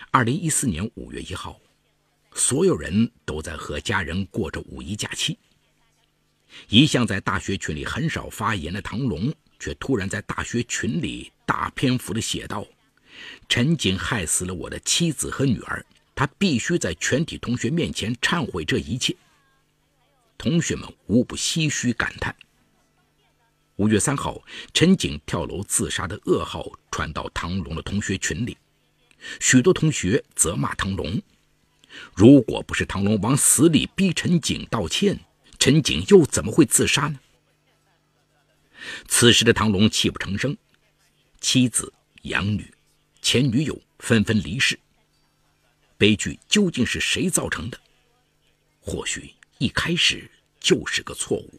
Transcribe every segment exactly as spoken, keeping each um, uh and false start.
二零一四年五月一号，所有人都在和家人过着五一假期。一向在大学群里很少发言的唐龙，却突然在大学群里大篇幅地写道：陈景害死了我的妻子和女儿，他必须在全体同学面前忏悔这一切。同学们无不唏嘘感叹。五月三号，陈景跳楼自杀的噩耗传到唐龙的同学群里，许多同学责骂唐龙，如果不是唐龙往死里逼陈景道歉，陈景又怎么会自杀呢？此时的唐龙泣不成声，妻子、养女、前女友纷纷离世。悲剧究竟是谁造成的？或许一开始就是个错误。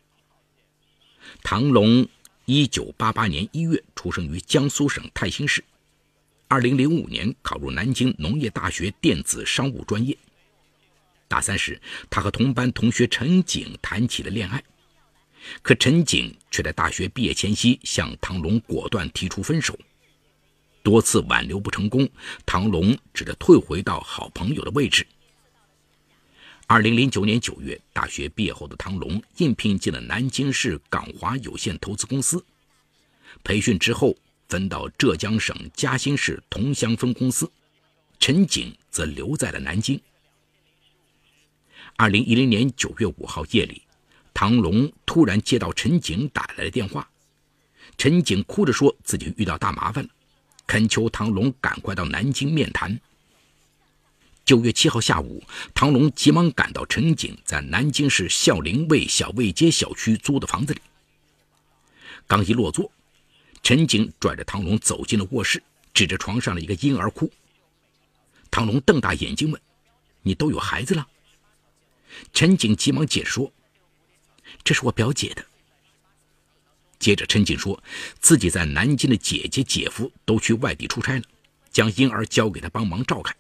唐龙一九八八年一月出生于江苏省泰兴市，二零零五年考入南京农业大学电子商务专业。大三时，他和同班同学陈景谈起了恋爱，可陈景却在大学毕业前夕向唐龙果断提出分手。多次挽留不成功，唐龙只得退回到好朋友的位置。二零零九年九月，大学毕业后的唐龙应聘进了南京市港华有限投资公司，培训之后分到浙江省嘉兴市桐乡分公司，陈景则留在了南京。二零一零年九月五号夜里，唐龙突然接到陈景打来的电话，陈景哭着说自己遇到大麻烦了，恳求唐龙赶快到南京面谈。九月七号下午，唐龙急忙赶到陈景在南京市孝陵卫小卫街小区租的房子里。刚一落座，陈景拽着唐龙走进了卧室，指着床上的一个婴儿哭。唐龙瞪大眼睛问：你都有孩子了？陈景急忙解释说：这是我表姐的。接着陈景说自己在南京的姐姐姐夫都去外地出差了，将婴儿交给他帮忙照看。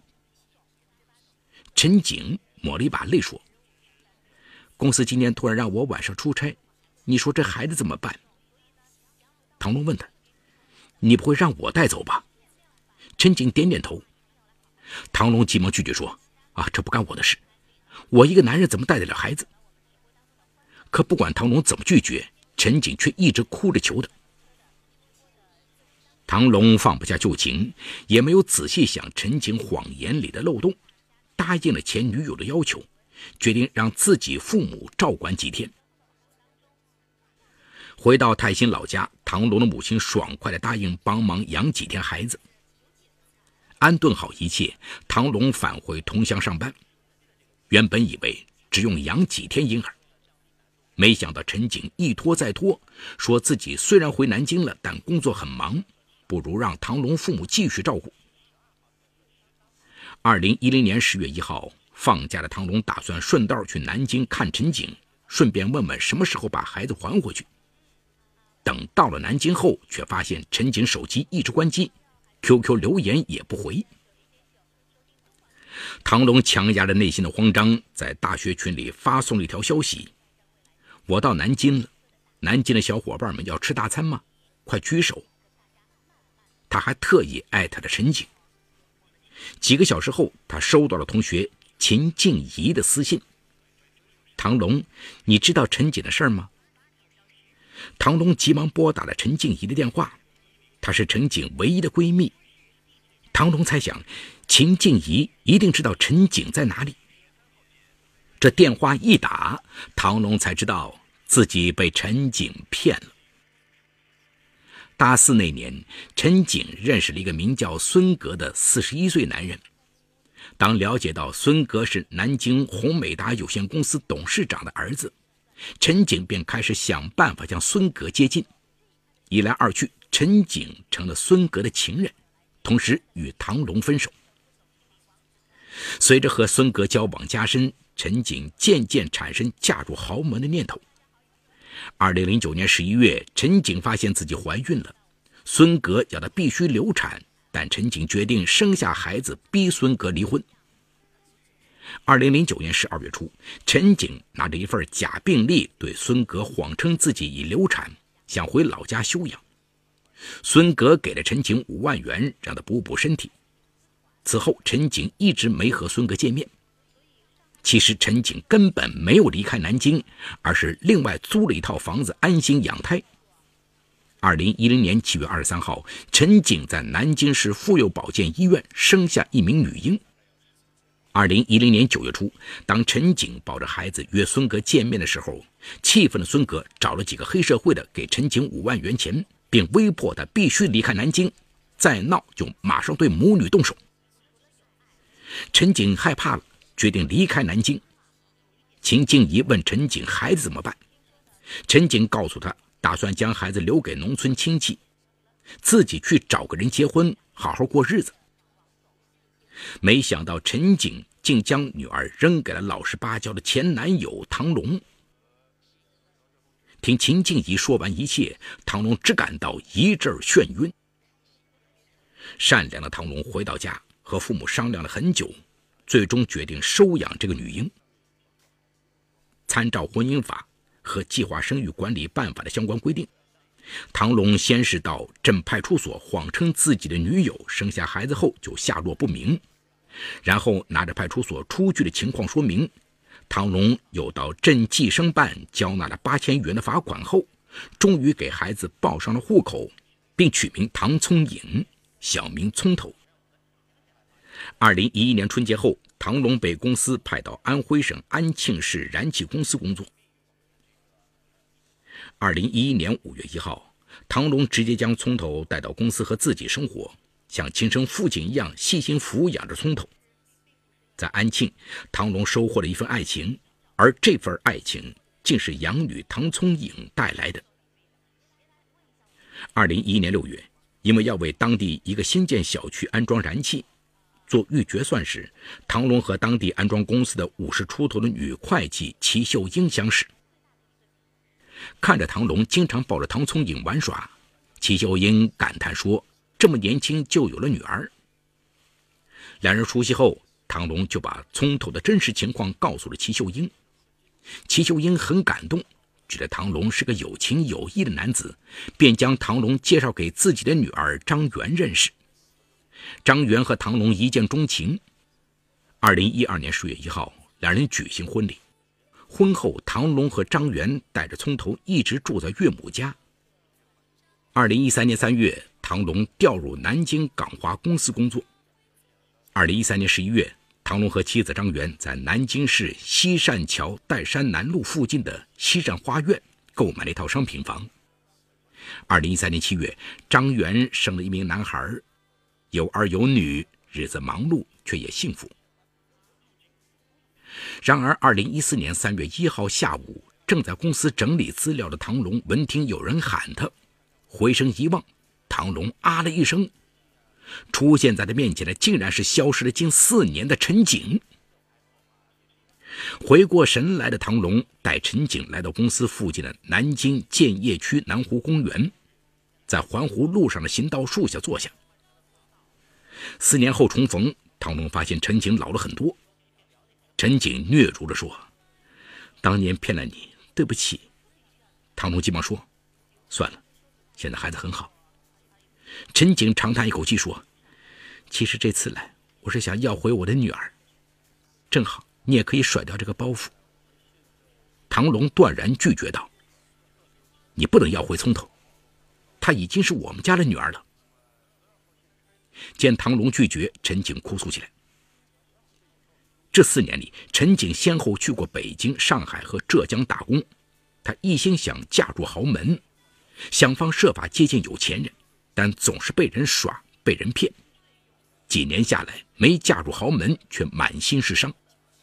陈景抹了一把泪说：公司今天突然让我晚上出差，你说这孩子怎么办？唐龙问他：你不会让我带走吧？陈景点点头。唐龙急忙拒绝说：啊，这不干我的事，我一个男人怎么带得了孩子？可不管唐龙怎么拒绝，陈景却一直哭着求他。唐龙放不下旧情，也没有仔细想陈景谎言里的漏洞，答应了前女友的要求，决定让自己父母照管几天。回到泰兴老家，唐龙的母亲爽快地答应帮忙养几天孩子。安顿好一切，唐龙返回桐乡上班。原本以为只用养几天婴儿，没想到陈景一拖再拖，说自己虽然回南京了，但工作很忙，不如让唐龙父母继续照顾。二零一零年十月一号，放假的唐龙打算顺道去南京看陈景，顺便问问什么时候把孩子还回去。等到了南京后，却发现陈景手机一直关机， Q Q 留言也不回。唐龙强压着内心的慌张，在大学群里发送了一条消息：我到南京了，南京的小伙伴们要吃大餐吗？快举手。他还特意艾特了陈景。几个小时后，他收到了同学秦静怡的私信：唐龙，你知道陈景的事儿吗？唐龙急忙拨打了陈静怡的电话，她是陈景唯一的闺蜜。唐龙猜想秦静怡一定知道陈景在哪里。这电话一打，唐龙才知道自己被陈景骗了。大四那年，陈景认识了一个名叫孙格的四十一岁男人。当了解到孙格是南京宏美达有限公司董事长的儿子，陈景便开始想办法将孙格接近。一来二去，陈景成了孙格的情人，同时与唐龙分手。随着和孙格交往加深，陈景渐渐产生嫁入豪门的念头。二零零九年十一月，陈景发现自己怀孕了，孙格要她必须流产，但陈景决定生下孩子，逼孙格离婚。二零零九年十二月初，陈景拿着一份假病历对孙格谎称自己已流产，想回老家休养。孙格给了陈景五万元，让他补补身体。 此后陈景一直没和孙哥见面。其实陈景根本没有离开南京，而是另外租了一套房子安心养胎。二零一零年七月二十三号，陈景在南京市妇幼保健医院生下一名女婴。二零一零年九月初，当陈景抱着孩子约孙哥见面的时候，气愤的孙哥找了几个黑社会的给陈景五万元钱，并威迫他必须离开南京，再闹就马上对母女动手。陈景害怕了，决定离开南京。秦静怡问陈景孩子怎么办，陈景告诉他打算将孩子留给农村亲戚，自己去找个人结婚，好好过日子。没想到陈景竟将女儿扔给了老实巴交的前男友唐龙。听秦静怡说完一切，唐龙只感到一阵眩晕。善良的唐龙回到家，和父母商量了很久，最终决定收养这个女婴。参照婚姻法和计划生育管理办法的相关规定，唐龙先是到镇派出所谎称自己的女友生下孩子后就下落不明，然后拿着派出所出具的情况说明，唐龙又到镇计生办交纳了八千元的罚款后，终于给孩子报上了户口，并取名唐聪颖，小名葱头。二零一一年春节后，唐龙被公司派到安徽省安庆市燃气公司工作。二零一一年五月一号，唐龙直接将葱头带到公司和自己生活，像亲生父亲一样细心抚养着葱头。在安庆，唐龙收获了一份爱情，而这份爱情竟是养女唐聪颖带来的。二零一一年六月，因为要为当地一个新建小区安装燃气，做预决算时，唐龙和当地安装公司的五十出头的女会计齐秀英相识。看着唐龙经常抱着唐聪颖玩耍，齐秀英感叹说，这么年轻就有了女儿。两人熟悉后，唐龙就把葱头的真实情况告诉了齐秀英。齐秀英很感动，觉得唐龙是个有情有义的男子，便将唐龙介绍给自己的女儿张媛认识。张媛和唐龙一见钟情。二零一二年十月一号，两人举行婚礼。婚后，唐龙和张媛带着葱头一直住在岳母家。二零一三年三月，唐龙调入南京港华公司工作。二零一三年十一月，唐龙和妻子张媛在南京市西善桥岱山南路附近的西善花苑购买了一套商品房。二零一三年七月，张媛生了一名男孩，有儿有女，日子忙碌却也幸福。然而二零一四年三月一号下午，正在公司整理资料的唐龙闻听有人喊他，回身一望，唐龙啊了一声，出现在他面前的竟然是消失了近四年的陈景。回过神来的唐龙带陈景来到公司附近的南京建邺区南湖公园，在环湖路上的行道树下坐下。四年后重逢，唐龙发现陈景老了很多。陈景嗫嚅地说，当年骗了你，对不起。唐龙急忙说，算了，现在孩子很好。陈景长叹一口气说，其实这次来我是想要回我的女儿，正好你也可以甩掉这个包袱。唐龙断然拒绝道，你不能要回葱头，她已经是我们家的女儿了。见唐龙拒绝，陈景哭诉起来。这四年里，陈景先后去过北京、上海和浙江打工，他一心想嫁入豪门，想方设法接近有钱人，但总是被人耍，被人骗。几年下来，没嫁入豪门，却满心是伤。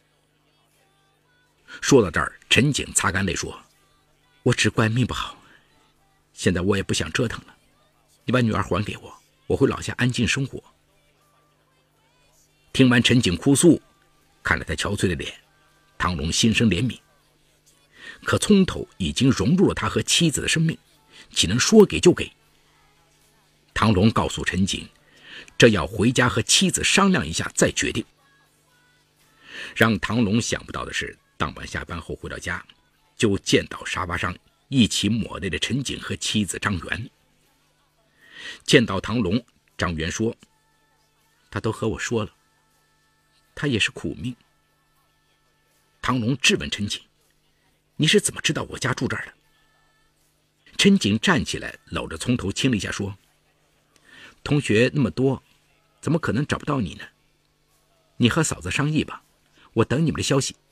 说到这儿，陈景擦干泪说，我只怪命不好，现在我也不想折腾了，你把女儿还给我，我回老家安静生活。听完陈景哭诉，看了他憔悴的脸，唐龙心生怜悯。可葱头已经融入了他和妻子的生命，岂能说给就给？唐龙告诉陈景，这要回家和妻子商量一下再决定。让唐龙想不到的是，当晚下班后回到家，就见到沙发上一起抹泪的陈景和妻子张媛。见到唐龙，张媛说， 他都和我说了，他也是苦命。唐龙质问陈景：“你是怎么知道我家住这儿的？”陈景站起来，搂着葱头亲了一下，说：“同学那么多，怎么可能找不到你呢？你和嫂子商议吧，我等你们的消息。”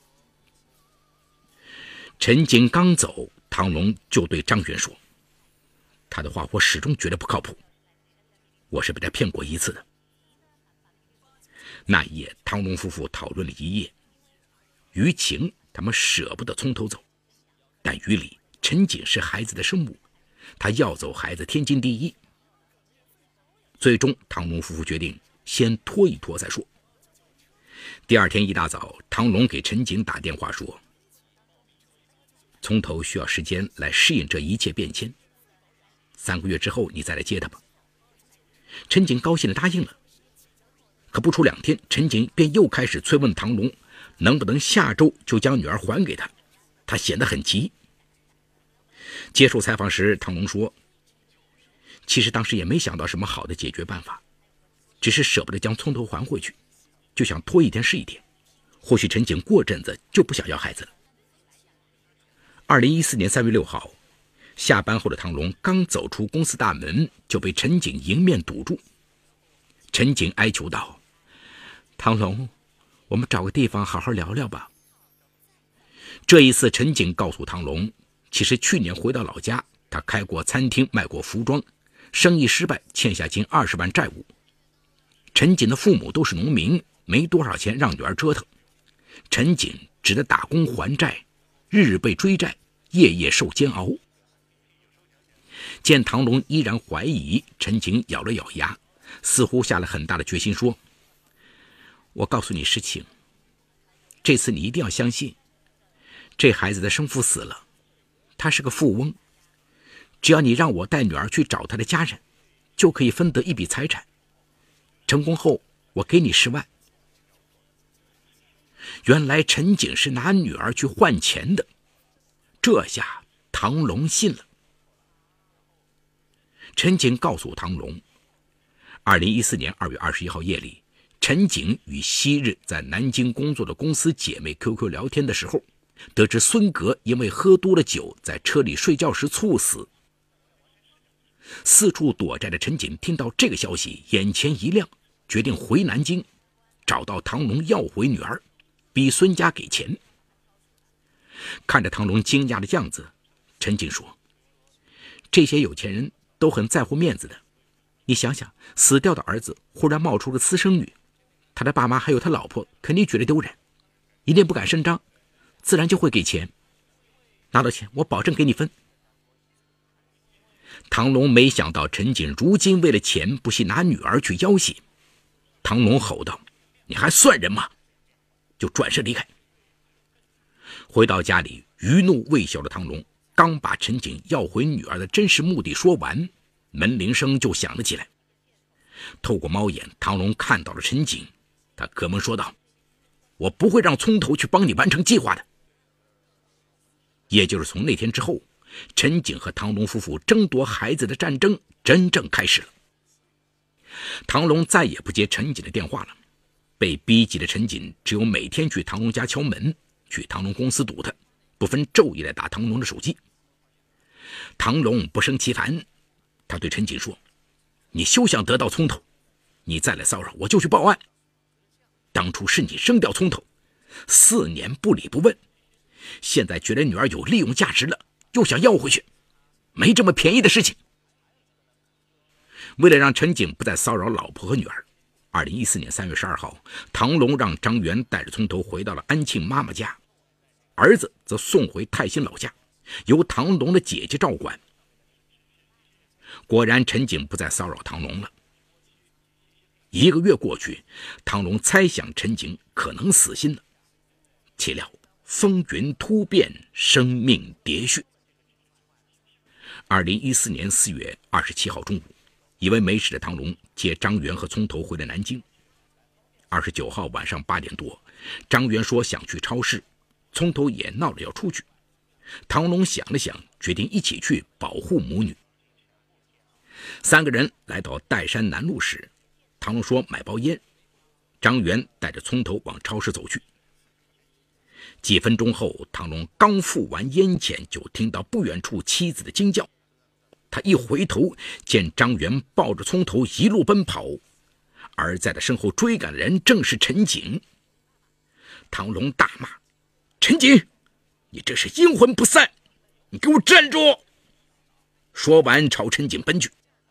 陈景刚走，唐龙就对张元说：“他的话我始终觉得不靠谱，我是被他骗过一次的。”那一夜，唐龙夫妇讨论了一夜。于情他们舍不得从头走，但于理，陈景是孩子的生母，他要走孩子天经地义。最终，唐龙夫妇决定先拖一拖再说。第二天一大早，唐龙给陈景打电话说：“从头需要时间来适应这一切变迁，三个月之后你再来接他吧。”陈景高兴地答应了。可不出两天，陈景便又开始催问唐龙能不能下周就将女儿还给他，他显得很急。接受采访时，唐龙说：“其实当时也没想到什么好的解决办法，只是舍不得将葱头还回去，就想拖一天是一天，或许陈景过阵子就不想要孩子了。”二零一四年三月六号，下班后的唐龙刚走出公司大门，就被陈景迎面堵住。陈景哀求道：“唐龙，我们找个地方好好聊聊吧。”这一次，陈景告诉唐龙，其实去年回到老家，他开过餐厅，卖过服装，生意失败，欠下近二十万债务。陈景的父母都是农民，没多少钱让女儿折腾，陈景只得打工还债，日日被追债，夜夜受煎熬。见唐龙依然怀疑，陈景咬了咬牙，似乎下了很大的决心，说：“我告诉你实情，这次你一定要相信，这孩子的生父死了，他是个富翁，只要你让我带女儿去找他的家人，就可以分得一笔财产，成功后我给你十万。”原来陈景是拿女儿去换钱的，这下唐龙信了。陈景告诉唐龙，二零一四年二月二十一号夜里，陈景与昔日在南京工作的公司姐妹 Q Q 聊天的时候，得知孙格因为喝多了酒在车里睡觉时猝死。四处躲债的陈景听到这个消息，眼前一亮，决定回南京找到唐龙要回女儿，逼孙家给钱。看着唐龙惊讶的样子，陈景说：“这些有钱人都很在乎面子的，你想想，死掉的儿子忽然冒出个私生女，他的爸妈还有他老婆肯定觉得丢人，一定不敢声张，自然就会给钱。拿到钱我保证给你分。”唐龙没想到陈景如今为了钱不惜拿女儿去要挟。唐龙吼道：“你还算人吗？”就转身离开。回到家里，余怒未消的唐龙刚把陈景要回女儿的真实目的说完，门铃声就响了起来。透过猫眼，唐龙看到了陈景，他可闷说道：“我不会让葱头去帮你完成计划的。”也就是从那天之后，陈景和唐龙夫妇争夺孩子的战争真正开始了。唐龙再也不接陈景的电话了，被逼急的陈景只有每天去唐龙家敲门，去唐龙公司堵他，不分昼夜地打唐龙的手机。唐龙不胜其烦，他对陈景说：“你休想得到葱头，你再来骚扰我就去报案。当初是你扔掉葱头，四年不理不问，现在觉得女儿有利用价值了，又想要回去，没这么便宜的事情。”为了让陈景不再骚扰老婆和女儿，二零一四年三月十二号，唐龙让张元带着葱头回到了安庆妈妈家，儿子则送回泰兴老家，由唐龙的姐姐照管。果然，陈景不再骚扰唐龙了。一个月过去，唐龙猜想陈景可能死心了，岂料风云突变，生命迭续。二零一四年四月二十七号中午，以为没事的唐龙接张元和葱头回了南京。二十九号晚上八点多，张元说想去超市，葱头也闹着要出去。唐龙想了想，决定一起去保护母女。三个人来到岱山南路时，唐龙说买包烟， 张元带着葱头往超市走去。几分钟后，唐龙刚付完烟钱，就听到不远处妻子的惊叫。他一回头，见张元抱着葱头一路奔跑，而在他身后追赶的人正是陈景。唐龙大骂：“陈景，你这是阴魂不散，你给我站住！”说完朝陈景奔去。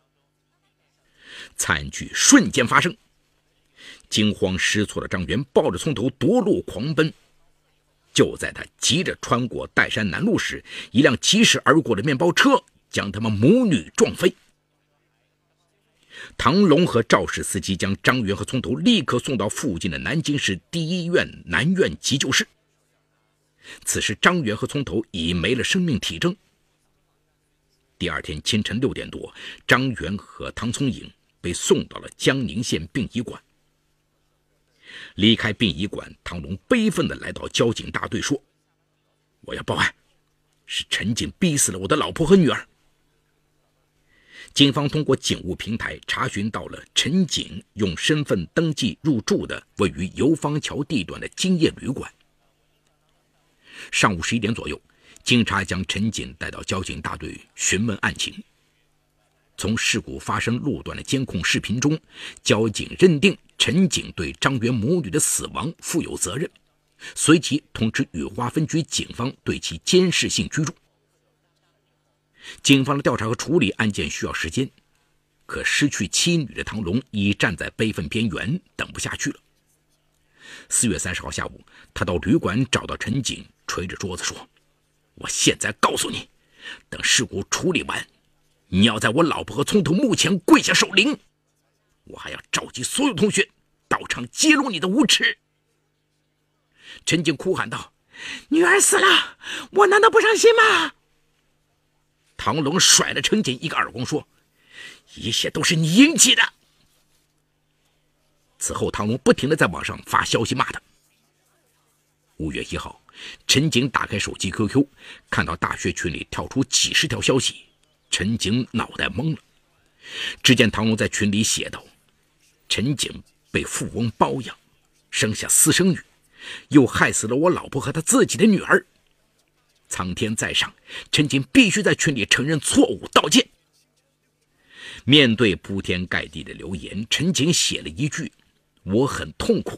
惨剧瞬间发生，惊慌失措的张元抱着葱头夺路狂奔。就在他急着穿过岱山南路时，一辆疾驶而过的面包车将他们母女撞飞。唐龙和肇事司机将张元和葱头立刻送到附近的南京市第一医院南院急救室。此时张元和葱头已没了生命体征。第二天清晨六点多，张元和唐聪颖被送到了江宁县殡仪馆。离开殡仪馆，唐龙悲愤地来到交警大队说：“我要报案，是陈景逼死了我的老婆和女儿。”警方通过警务平台查询到了陈景用身份登记入住的位于游方桥地段的今夜旅馆。上午十一点左右，警察将陈景带到交警大队询问案情。从事故发生路段的监控视频中，交警认定陈景对张元母女的死亡负有责任，随即通知雨花分局警方对其监视性居住。警方的调查和处理案件需要时间，可失去妻女的唐龙已站在悲愤边缘，等不下去了。四月三十号下午，他到旅馆找到陈景，捶着桌子说：“我现在告诉你，等事故处理完，你要在我老婆和葱头墓前跪下守灵，我还要召集所有同学到场揭露你的无耻。”陈景哭喊道：“女儿死了，我难道不伤心吗？”唐龙甩了陈景一个耳光，说：“一切都是你引起的。”此后，唐龙不停地在网上发消息骂他。五月一号，陈景打开手机 Q Q， 看到大学群里跳出几十条消息，陈景脑袋懵了。只见唐龙在群里写道：“陈景被富翁包养，生下私生女，又害死了我老婆和他自己的女儿。苍天在上，陈景必须在群里承认错误，道歉。”面对铺天盖地的留言，陈景写了一句：“我很痛苦。”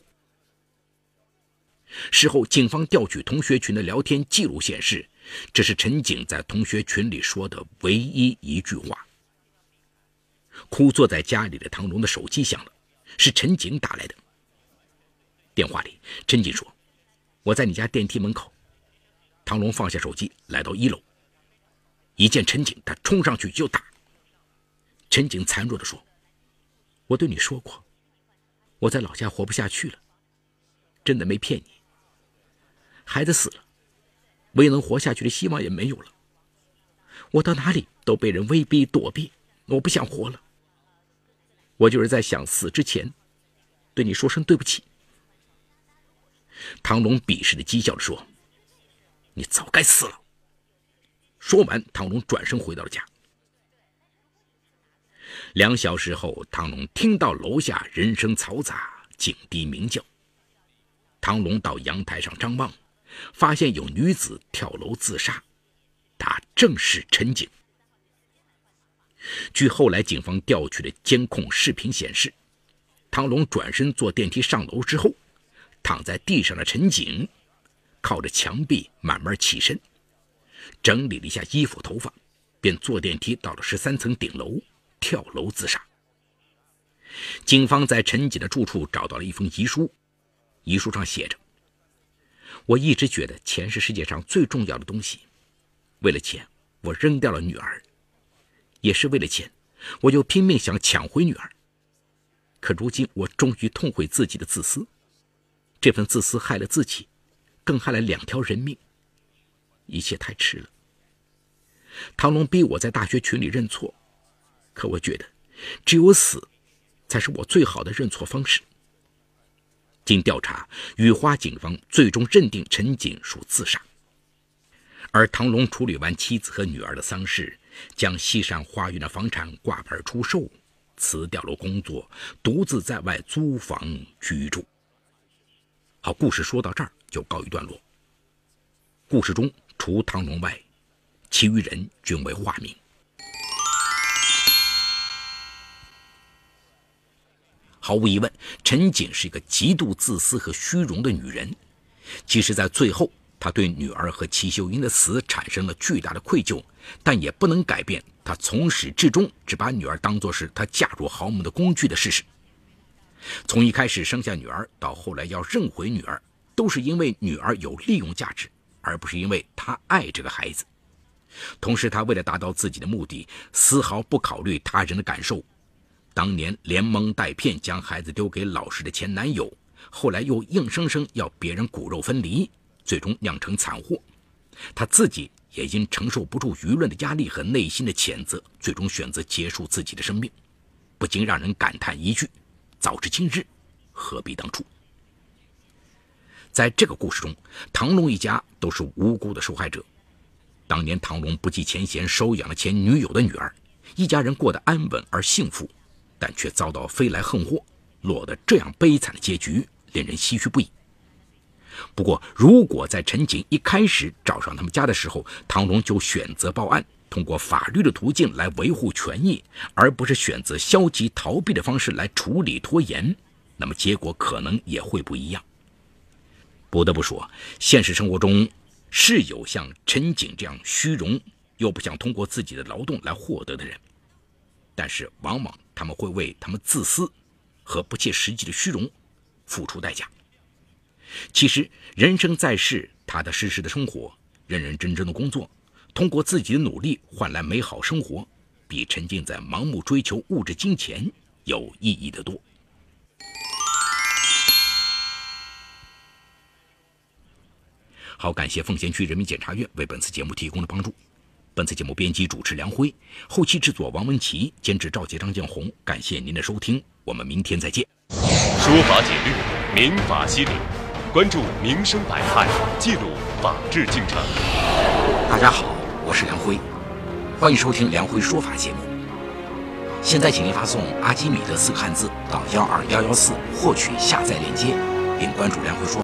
事后，警方调取同学群的聊天记录显示，这是陈景在同学群里说的唯一一句话。哭坐在家里的唐龙的手机响了，是陈景打来的。电话里，陈景说：“我在你家电梯门口。”唐龙放下手机，来到一楼，一见陈景，他冲上去就打。陈景残弱地说：“我对你说过，我在老家活不下去了，真的没骗你。孩子死了，唯能活下去的希望也没有了。我到哪里都被人威逼躲避，我不想活了。我就是在想死之前，对你说声对不起。”唐龙鄙视地讥笑着说：“你早该死了。”说完，唐龙转身回到了家。两小时后，唐龙听到楼下人声嘈杂，警笛鸣叫。唐龙到阳台上张望，发现有女子跳楼自杀，她正是陈景。据后来警方调取的监控视频显示，唐龙转身坐电梯上楼之后，躺在地上的陈景靠着墙壁慢慢起身，整理了一下衣服头发，便坐电梯到了十三层顶楼，跳楼自杀。警方在陈景的住处找到了一封遗书，遗书上写着：“我一直觉得钱是世界上最重要的东西，为了钱，我扔掉了女儿，也是为了钱，我就拼命想抢回女儿。可如今我终于痛悔自己的自私，这份自私害了自己，更害了两条人命，一切太迟了。唐龙逼我在大学群里认错，可我觉得只有死才是我最好的认错方式。”经调查，雨花警方最终认定陈景属自杀。而唐龙处理完妻子和女儿的丧事，将西山花园的房产挂牌出售， 辞掉了工作，独自在外租房居住。好，故事说到这儿就告一段落。故事中除唐龙外，其余人均为化名。毫无疑问，陈瑾是一个极度自私和虚荣的女人。即使在最后，她对女儿和齐秀英的死产生了巨大的愧疚，但也不能改变她从始至终只把女儿当作是她嫁入豪门的工具的事实。从一开始生下女儿到后来要认回女儿，都是因为女儿有利用价值，而不是因为她爱这个孩子。同时，她为了达到自己的目的，丝毫不考虑他人的感受。当年连蒙带骗将孩子丢给老实的前男友，后来又硬生生要别人骨肉分离，最终酿成惨祸。他自己也因承受不住舆论的压力和内心的谴责，最终选择结束自己的生命，不禁让人感叹一句：早知今日，何必当初。在这个故事中，唐龙一家都是无辜的受害者。当年唐龙不计前嫌收养了前女友的女儿，一家人过得安稳而幸福，但却遭到飞来横祸，落得这样悲惨的结局，令人唏嘘不已。不过，如果在陈瑾一开始找上他们家的时候，唐龙就选择报案，通过法律的途径来维护权益，而不是选择消极逃避的方式来处理拖延，那么结果可能也会不一样。不得不说，现实生活中是有像陈瑾这样虚荣又不想通过自己的劳动来获得的人，但是往往他们会为他们自私和不切实际的虚荣付出代价。其实人生在世，踏踏实实的生活，认认真真的工作，通过自己的努力换来美好生活，比沉浸在盲目追求物质金钱有意义得多。好，感谢奉贤区人民检察院为本次节目提供的帮助。本次节目编辑主持梁辉，后期制作王文琪，监制赵杰、张建红。感谢您的收听，我们明天再见。 说法解律，民法析理，关注民生百态，记录法治进程。 大家好，我是梁辉，欢迎收听梁辉说法节目。现在请您发送阿基米德四个汉字到幺二幺幺四获取下载链接，并关注梁辉说。